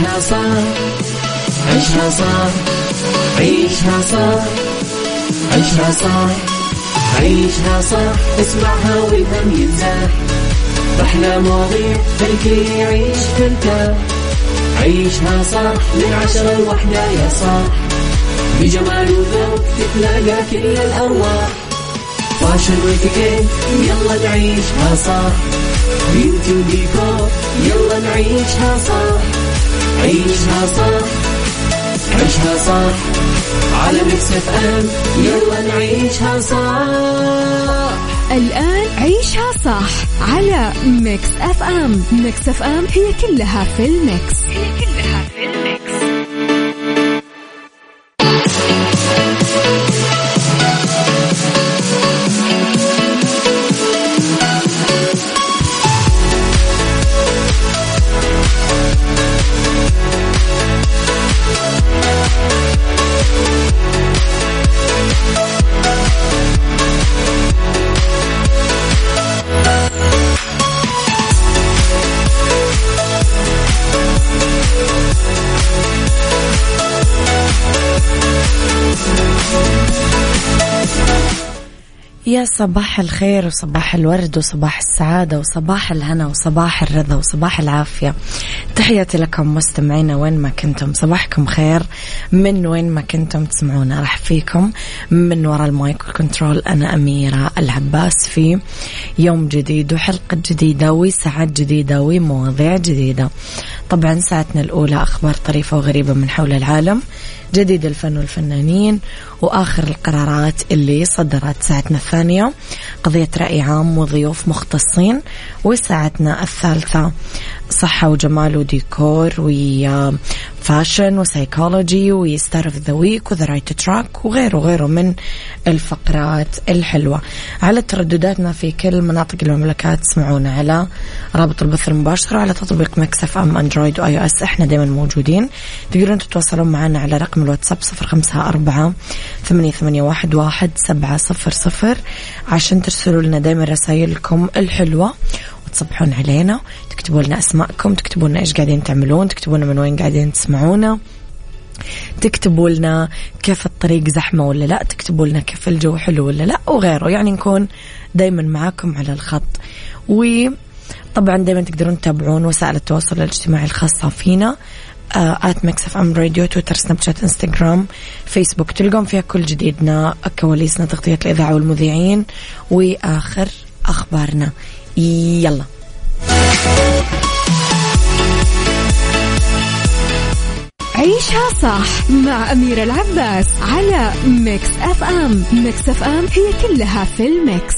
عيشها صح عيشها صح عيشها صح عيشها صح عيشها صح اسمعها والهم ينزاح أحلى مواضيع خلي يعيش ترتاح عيشها صح من 10 ل1 يا صاح بجمال وذوق تتلاقى كل الأرواح فاشل واتيكيت يلا نعيشها صح بيوتي وديكور يلا نعيشها صح عيشها صح عيشها صح على ميكس اف ام يلا نعيشها صح. الآن عيشها صح على ميكس اف ام. ميكس اف ام هي كلها في الميكس. يا صباح الخير وصباح الورد وصباح السعادة وصباح الهنا وصباح الرضا وصباح العافية. تحياتي لكم مستمعينا وين ما كنتم، صباحكم خير من وين ما كنتم تسمعونا. راح فيكم من وراء المايك والكنترول أنا أميرة العباس في يوم جديد وحلقة جديدة وساعات جديدة ومواضيع جديدة. طبعا ساعتنا الأولى أخبار طريفة وغريبة من حول العالم، جديد الفن والفنانين، وآخر القرارات اللي صدرت. ساعتنا الثانية قضية رأي عام وضيوف مختصين، وساعتنا الثالثة صحة وجمال وديكور وفاشن وسايكولوجي وستار اوف ذا ويك وذا رايت تراك وغيره من الفقرات الحلوة. على تردداتنا في كل مناطق المملكة تسمعونا على رابط البث المباشر على تطبيق ميكس اف ام اندرويد واي او اس. احنا دايما موجودين، تقدرون تتواصلون معنا على رقم الواتساب 0548811700 عشان ترسلوا لنا دايما رسائلكم الحلوة وتصبحون علينا، تكتبوا لنا اسماءكم، تكتبوا لنا ايش قاعدين تعملون، تكتبوا لنا من وين قاعدين تسمعونا، تكتبوا لنا كيف الطريق زحمة ولا لا، تكتبوا لنا كيف الجو حلو ولا لا وغيره. يعني نكون دايما معاكم على الخط. وطبعا دايما تقدرون تتابعون وسائل التواصل الاجتماعي الخاصة فينا @mixfmradio، تويتر، سناب شات، انستغرام، فيسبوك، تلقون فيها كل جديدنا، كواليسنا، تغطية الإذاعة والمذيعين وآخر أخبارنا. يلا عيشها صح مع أميرة العباس على ميكس اف ام. ميكس اف ام هي كلها في الميكس.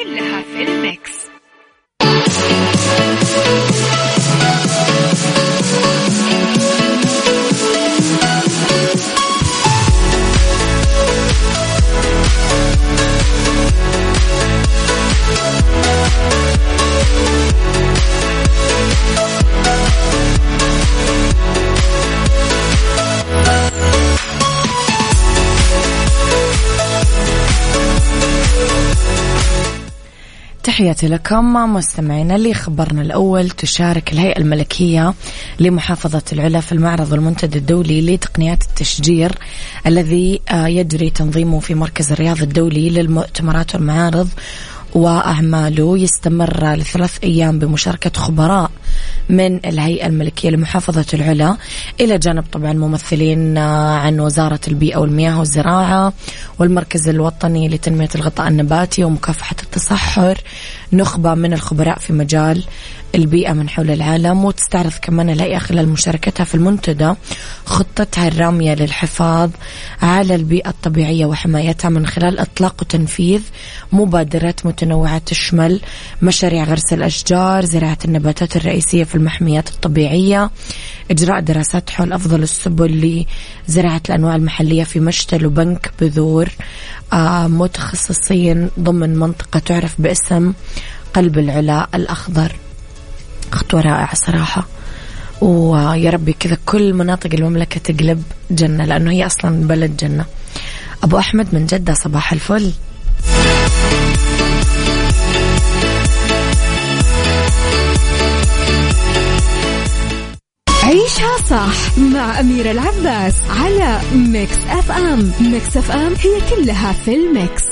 تحياتي لكم مستمعينا. اللي خبرنا الأول، تشارك الهيئة الملكية لمحافظة العلا في المعرض والمنتدى الدولي لتقنيات التشجير الذي يجري تنظيمه في مركز الرياض الدولي للمؤتمرات والمعارض وأعماله. يستمر ل3 أيام بمشاركة خبراء من الهيئة الملكية لمحافظة العلا، إلى جانب طبعا ممثلين عن وزارة البيئة والمياه والزراعة والمركز الوطني لتنمية الغطاء النباتي ومكافحة التصحر، نخبة من الخبراء في مجال البيئة من حول العالم. وتستعرض كمان الهيئة خلال مشاركتها في المنتدى خطتها الرامية للحفاظ على البيئة الطبيعية وحمايتها من خلال إطلاق وتنفيذ مبادرات متنوعة تشمل مشاريع غرس الأشجار، زراعة النباتات الرئيسية في المحميات الطبيعية، إجراء دراسات حول أفضل السبل لزراعة الأنواع المحلية في مشتل وبنك بذور متخصصين ضمن منطقة تعرف باسم قلب العلا الأخضر. خطوة رائعة صراحة، ويا ربي كذا كل مناطق المملكة تقلب جنة، لأنه هي أصلا بلد جنة. أبو أحمد من جدة، صباح الفل. عيشها صح مع أميرة العباس على ميكس أف أم. ميكس أف أم هي كلها في الميكس.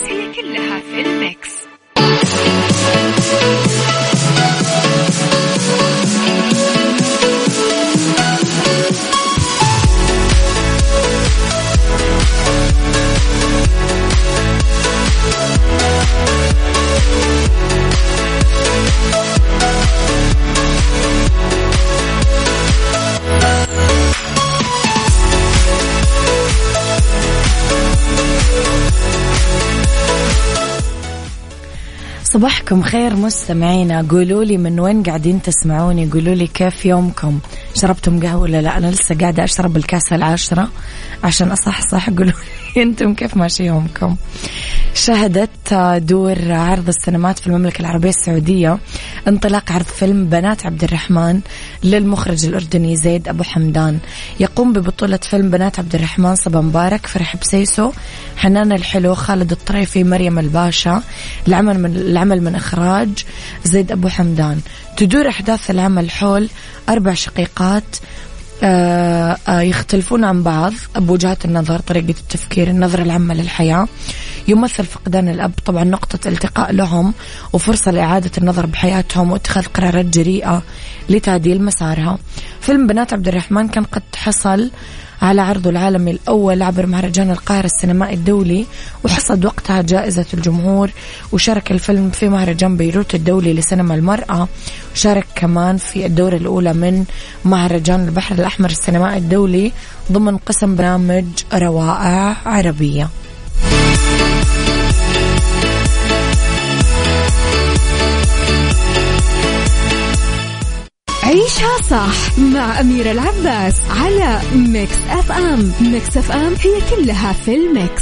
صباحكم خير مستمعينا، قولوا لي من وين قاعدين تسمعوني، قولوا لي كيف يومكم، شربتم قهوة ولا لا؟ أنا لسه قاعدة أشرب الكاسة 10 عشان أصحصح. قولوا لي أنتم كيف ماشي يومكم. شهدت دور عرض السينمات في المملكة العربية السعودية انطلاق عرض فيلم بنات عبد الرحمن للمخرج الأردني زيد أبو حمدان. يقوم ببطولة فيلم بنات عبد الرحمن صبا مبارك، فرح بسيسو، حنان الحلو، خالد الطريفي، مريم الباشا. العمل من إخراج زيد أبو حمدان. تدور أحداث العمل حول 4 شقيقات يختلفون عن بعض بوجهات النظر، طريقة التفكير، النظرة العامة للحياة. يمثل فقدان الأب طبعا نقطة التقاء لهم وفرصة لإعادة النظر بحياتهم واتخاذ قرارات جريئة لتعديل مسارها. فيلم بنات عبد الرحمن كان قد حصل على عرضه العالمي الأول عبر مهرجان القاهرة السينمائي الدولي، وحصد وقتها جائزة الجمهور. وشارك الفيلم في مهرجان بيروت الدولي لسينما المرأة، وشارك كمان في الدورة الأولى من مهرجان البحر الأحمر السينمائي الدولي ضمن قسم برامج روائع عربية. عيشها صح مع أميرة العباس على ميكس أف أم. ميكس أف أم هي كلها في الميكس.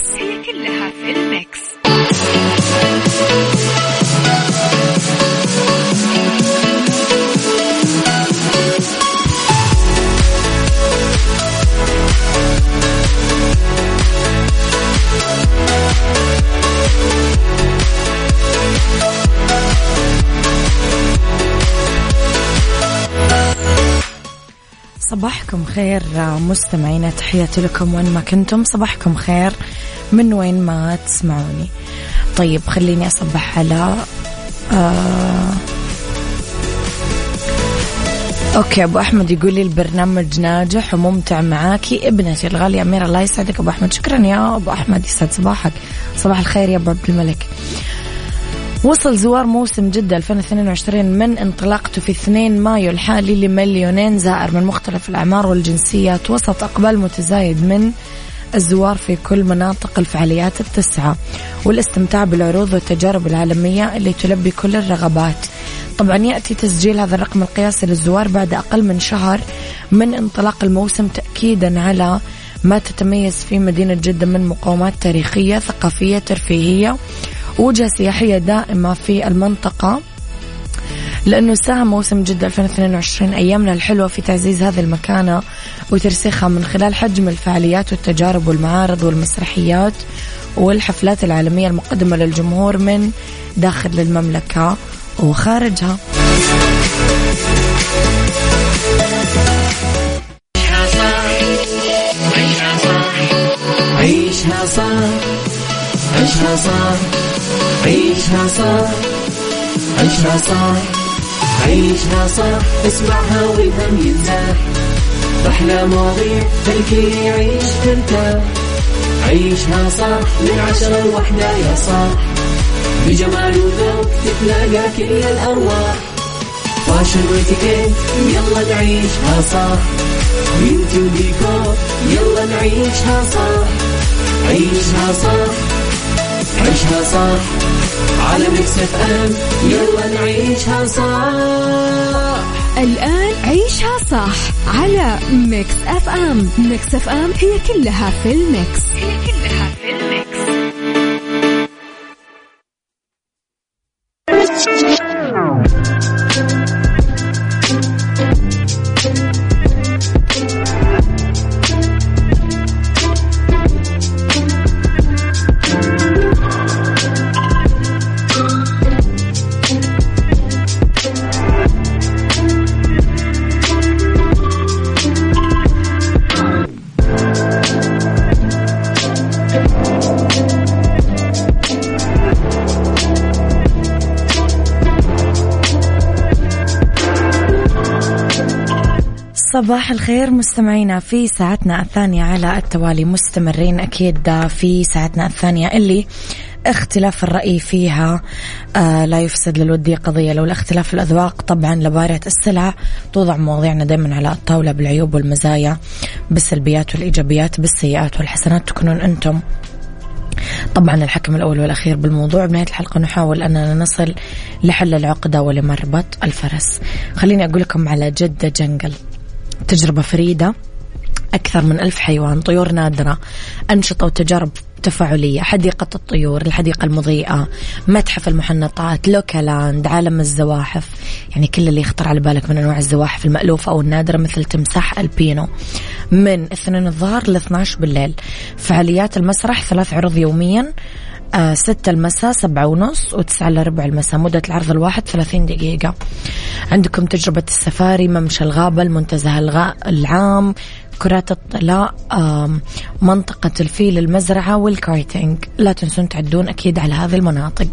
صباحكم خير مستمعينا، تحياتي لكم وين ما كنتم. صباحكم خير من وين ما تسمعوني. طيب خليني أصبح على أوكي. أبو أحمد يقول لي البرنامج ناجح وممتع معاكي ابنتي الغالية أميرة. الله يسعدك أبو أحمد. شكرا يا أبو أحمد، يسعد صباحك. صباح الخير يا أبو عبد الملك. وصل زوار موسم جدة 2022 من انطلاقته في 2 مايو الحالي ل2,000,000 زائر من مختلف الأعمار والجنسيات، وسط أقبال متزايد من الزوار في كل مناطق الفعاليات ال9، والاستمتاع بالعروض والتجارب العالمية اللي تلبي كل الرغبات. طبعا يأتي تسجيل هذا الرقم القياسي للزوار بعد أقل من شهر من انطلاق الموسم، تأكيدا على ما تتميز فيه مدينة جدة من مقومات تاريخية، ثقافية، ترفيهية، وجهة سياحية دائمة في المنطقة. لأنه ساهم موسم جدة 2022 أيامنا الحلوة في تعزيز هذه المكانة وترسيخها من خلال حجم الفعاليات والتجارب والمعارض والمسرحيات والحفلات العالمية المقدمة للجمهور من داخل المملكة وخارجها. عيشها صح، عيشها صح، عيشها صح، عيشها صح، عيشها صح، اسمعها والهم ينزاح، أحلى مواضيع الكل يعيش ترتاح. عيشها صح من 10 ل1 يا صاح، بجمال وذوق تتلاقى كل الأرواح، فاشل واتيكيت يلا نعيشها صح، بيوتي وديكور يلا نعيشها صح. عيشها صح، عيشها صح، على ميكس اف ام يلا نعيشها صح. الآن عيشها صح على ميكس أف أم. ميكس أف أم هي كلها في الميكس. صباح الخير مستمعينا في ساعتنا الثانية على التوالي، مستمرين أكيد في ساعتنا الثانية اللي اختلاف الرأي فيها لا يفسد للودية قضية. لو الاختلاف الأذواق طبعا لبارة السلع، توضع مواضيعنا دايما على الطاولة بالعيوب والمزايا، بالسلبيات والإيجابيات، بالسيئات والحسنات، تكونون أنتم طبعا الحكم الأول والأخير بالموضوع. بنهاية الحلقة نحاول أننا نصل لحل العقدة ولمربط الفرس. خليني أقول لكم على جدة جنقل، تجربة فريدة، أكثر من 1000 حيوان، طيور نادرة، أنشطة وتجارب تفاعلية، حديقة الطيور، الحديقة المضيئة، متحف المحنطات، لوكالاند، عالم الزواحف، يعني كل اللي يخطر على بالك من أنواع الزواحف المألوفة أو النادرة، مثل تمساح البينو، من 2 الظهر ل 12 بالليل. فعاليات المسرح 3 عروض يوميا، 6 المساء، 7:30 و9 إلا ربع المساء. مدة العرض الواحد 30 دقيقة. عندكم تجربة السفاري، ممشى الغابة، المنتزه العام، كرات الطلاء، منطقة الفيل، المزرعة والكارتينج. لا تنسون تعدون أكيد على هذه المناطق.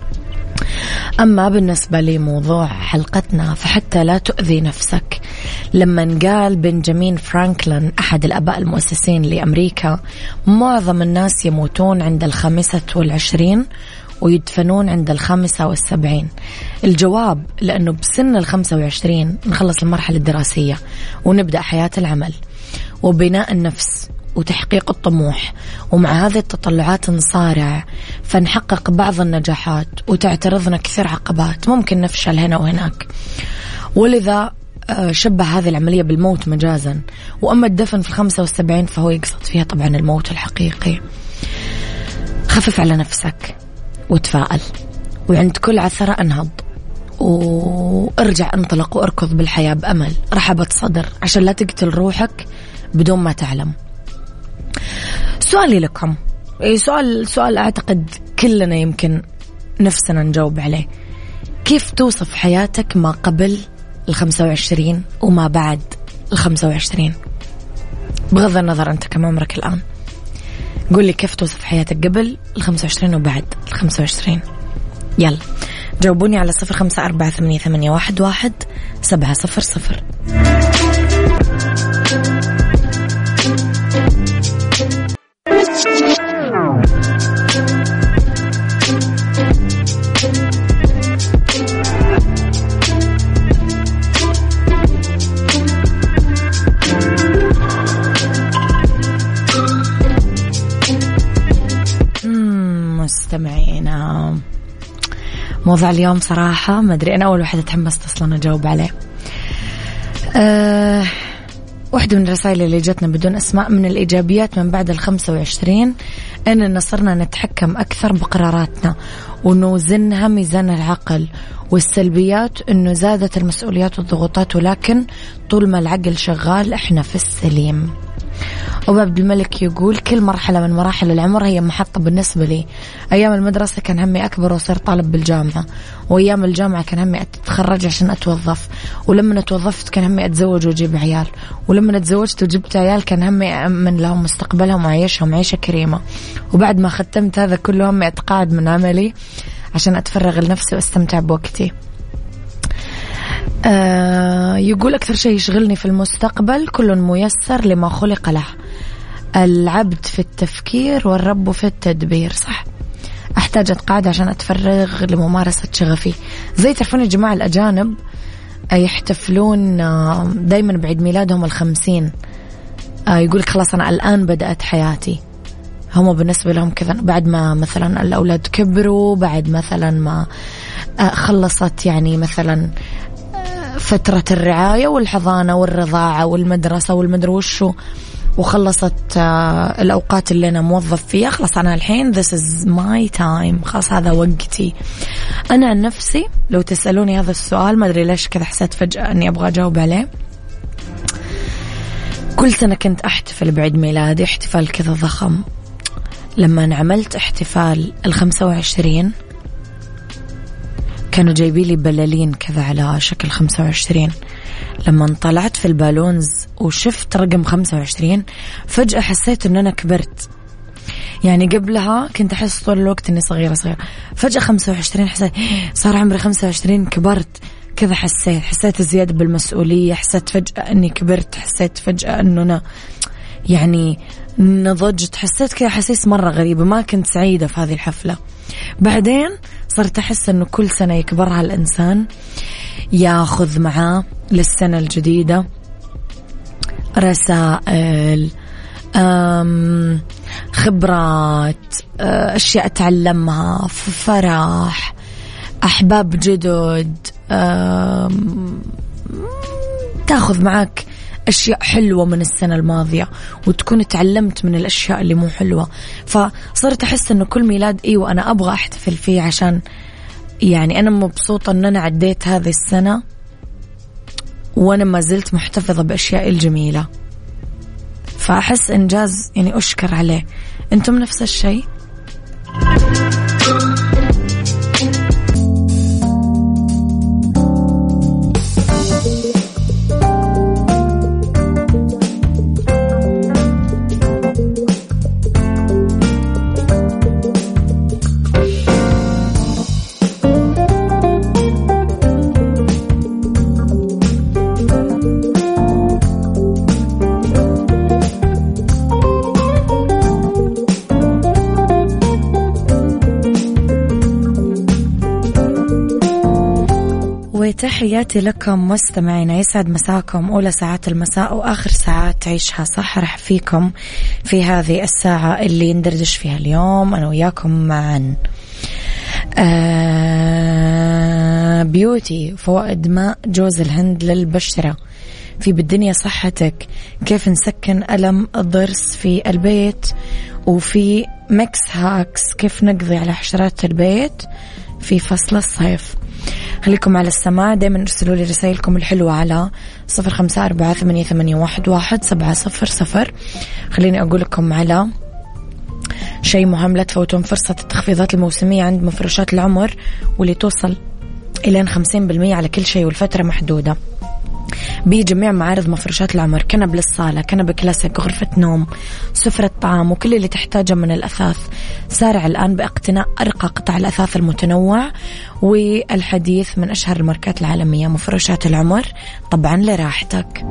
أما بالنسبة لموضوع حلقتنا، فحتى لا تؤذي نفسك، لما قال بنجامين فرانكلين أحد الآباء المؤسسين لأمريكا معظم الناس يموتون عند 25 ويدفنون عند 75. الجواب لأنه بسن 25 نخلص المرحلة الدراسية ونبدأ حياة العمل وبناء النفس وتحقيق الطموح، ومع هذه التطلعات نصارع فنحقق بعض النجاحات وتعترضنا كثير عقبات، ممكن نفشل هنا وهناك. ولذا شبه هذه العملية بالموت مجازا. وأما الدفن في 75 فهو يقصد فيها طبعا الموت الحقيقي. خفف على نفسك وتفائل، وعند كل عثرة انهض وارجع انطلق واركض بالحياة بأمل، رحبة صدر، عشان لا تقتل روحك بدون ما تعلم. سؤالي لكم، سؤال أعتقد كلنا يمكن نفسنا نجاوب عليه. كيف توصف حياتك ما قبل 25 وما بعد 25؟ بغض النظر أنت كم عمرك الآن، قول لي كيف توصف حياتك قبل 25 وبعد 25. يلا جاوبوني على 0548811700. مستمعينا، موضوع اليوم صراحة ما أدري، أنا أول واحدة تحمست أصلا أجاوب عليه. واحدة من الرسائل اللي جتنا بدون أسماء، من الإيجابيات من بعد 25 أننا صرنا نتحكم أكثر بقراراتنا ونوزنها ميزان العقل، والسلبيات أنه زادت المسؤوليات والضغوطات، ولكن طول ما العقل شغال إحنا في السليم. أبو عبد الملك يقول كل مرحلة من مراحل العمر هي محطة بالنسبة لي. أيام المدرسة كان همي أكبر وصير طالب بالجامعة، وأيام الجامعة كان همي أتخرج عشان أتوظف، ولما توظفت كان همي أتزوج وأجيب عيال، ولما تزوجت وجبت عيال كان همي أأمن لهم مستقبلهم وعيشهم عيشة كريمة، وبعد ما ختمت هذا كله همي أتقاعد من عملي عشان أتفرغ لنفسي وأستمتع بوقتي. يقول أكثر شيء يشغلني في المستقبل كل ميسر لما خلق له، العبد في التفكير والرب في التدبير. صح، أحتاج أتقاعد عشان أتفرغ لممارسة شغفي. زي تعرفون يا جماعة الأجانب يحتفلون دايما بعيد ميلادهم 50. يقولك خلاص أنا الآن بدأت حياتي. هم بالنسبة لهم كذا، بعد ما مثلا الأولاد كبروا، بعد مثلا ما خلصت يعني مثلا فترة الرعاية والحضانة والرضاعة والمدرسة والمدرسة وشو، وخلصت الأوقات اللي أنا موظف فيها، خلاص أنا الحين this is my time، خلاص هذا وقتي. أنا عن نفسي لو تسألوني هذا السؤال ما أدري ليش كذا حسيت فجأة أني أبغى أجاوب عليه. كل سنة كنت أحتفل بعيد ميلادي احتفال كذا ضخم. لما عملت احتفال 25 كانوا جايبين لي بلالين كذا على شكل 25. لما طلعت في البالونز وشفت رقم 25 فجأة حسيت أن أنا كبرت. يعني قبلها كنت أحس طول الوقت أني صغيرة، فجأة 25 حسيت صار عمري 25 كبرت. كذا حسيت زيادة بالمسؤولية، حسيت فجأة أني كبرت، حسيت فجأة أنه أنا يعني نضجت، حسيت كذا حسيس مرة غريبة، ما كنت سعيدة في هذه الحفلة. بعدين صرت أحس أنه كل سنة يكبرها الإنسان ياخذ معاه للسنة الجديدة رسائل، خبرات، أشياء تعلمها، فرح، أحباب جدد، تاخذ معك أشياء حلوة من السنة الماضية وتكون تعلمت من الأشياء اللي مو حلوة. فصرت أحس أنه كل ميلاد أيوة أنا أبغى أحتفل فيه، عشان يعني أنا مبسوطة أن أنا عديت هذه السنة وأنا ما زلت محتفظة بأشياء الجميلة، فأحس إنجاز يعني أشكر عليه. أنتم نفس الشيء؟ تحياتي لكم مستمعينا، يسعد مساكم. أولى ساعات المساء وآخر ساعات تعيشها صح رح فيكم في هذه الساعة اللي ندردش فيها اليوم أنا وياكم معا. بيوتي، فوائد ماء جوز الهند للبشرة، في بالدنيا صحتك، كيف نسكن ألم الضرس في البيت، وفي ميكس هاكس كيف نقضي على حشرات البيت في فصل الصيف. خليكم على السماع، دايما ارسلوا لي رسائلكم الحلوة على 0548811700. خليني أقول لكم على شيء مهم، لا تفوتون فرصة التخفيضات الموسمية عند مفروشات العمر واللي توصل إلى 50% على كل شيء، والفترة محدودة بجميع معارض مفروشات العمر. كنب للصالة، كنب كلاسيك، غرفة نوم، سفرة طعام، وكل اللي تحتاجه من الأثاث. سارع الآن باقتناء أرقى قطع الأثاث المتنوع والحديث من أشهر الماركات العالمية. مفروشات العمر طبعا لراحتك.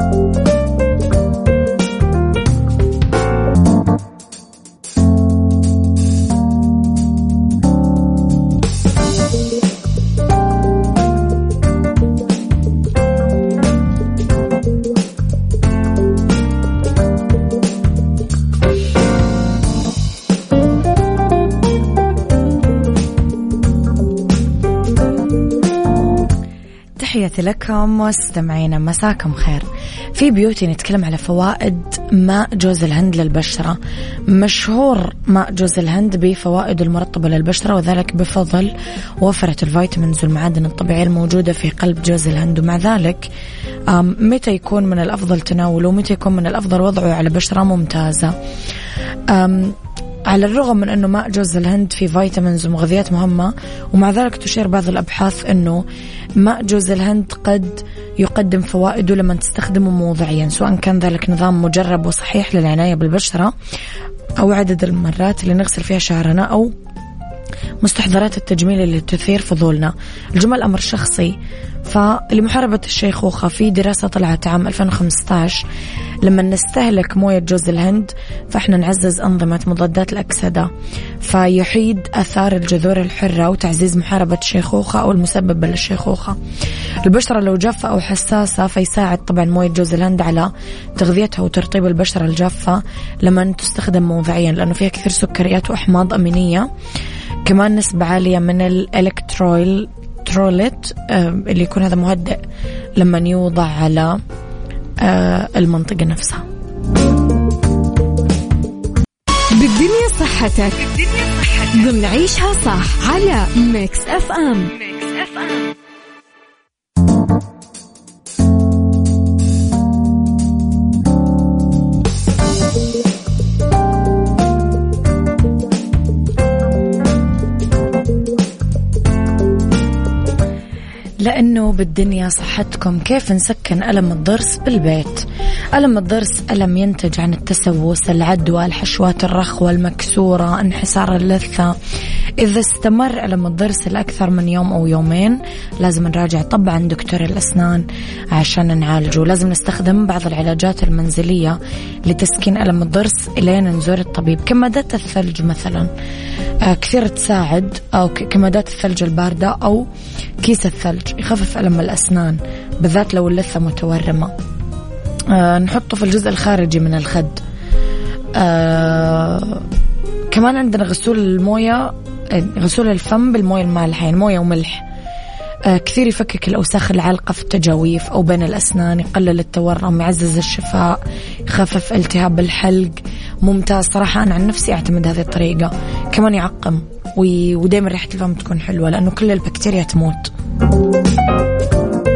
تحياتي لكم مستمعينا، مساكم خير. في بيوتي نتكلم على فوائد ماء جوز الهند للبشرة. مشهور ماء جوز الهند بفوائد المرطبة للبشرة، وذلك بفضل وفرة الفيتامينز والمعادن الطبيعية الموجودة في قلب جوز الهند. ومع ذلك متى يكون من الأفضل تناوله ومتى يكون من الأفضل وضعه على بشرة ممتازة؟ على الرغم من أنه ماء جوز الهند فيه فيتامينز ومغذيات مهمة، ومع ذلك تشير بعض الأبحاث أنه ماء جوز الهند قد يقدم فوائده لما تستخدمه موضعيا، سواء كان ذلك نظام مجرب وصحيح للعناية بالبشرة، أو عدد المرات اللي نغسل فيها شعرنا، أو مستحضرات التجميل اللي تثير فضولنا. الجمال أمر شخصي. فلمحاربة الشيخوخة، في دراسة طلعت عام 2015 لما نستهلك موية جوز الهند فإحنا نعزز أنظمة مضادات الأكسدة، فيحيد أثار الجذور الحرة وتعزيز محاربة الشيخوخة أو المسببة للشيخوخة. البشرة لو جافة أو حساسة فيساعد طبعا موية جوز الهند على تغذيتها وترطيب البشرة الجافة لما تستخدم موضعيا، لأنه فيها كثير سكريات وأحماض أمينية، كمان نسبة عالية من الإلكتروليت اللي يكون هذا مهدئ لما يوضع على المنطقة نفسها. بالدنيا صحتك ضمن عيشها صح على ميكس اف ام. لأنه بالدنيا صحتكم. كيف نسكن ألم الضرس بالبيت؟ ألم الضرس ألم ينتج عن التسوس، العدوى، الحشوات الرخوة المكسورة، انحسار اللثة. إذا استمر ألم الضرس لأكثر من يوم أو يومين لازم نراجع طبعا دكتور الأسنان عشان نعالجه. لازم نستخدم بعض العلاجات المنزلية لتسكين ألم الضرس إلين نزور الطبيب. كمادات الثلج مثلا كثير تساعد، أو كمادات الثلج الباردة أو كيس الثلج يخفف ألم الأسنان بالذات لو اللثة متورمة. نحطه في الجزء الخارجي من الخد. كمان عندنا غسول الموية، غسول الفم بالموية المالحة، يعني موية وملح، كثير يفكك الأوساخ العالقة في التجاويف أو بين الأسنان، يقلل التورم، يعزز الشفاء، يخفف التهاب الحلق. ممتاز صراحة، أنا عن نفسي أعتمد هذه الطريقة. كمان يعقم ودائما ريحة الفم تكون حلوة لأنه كل البكتيريا تموت.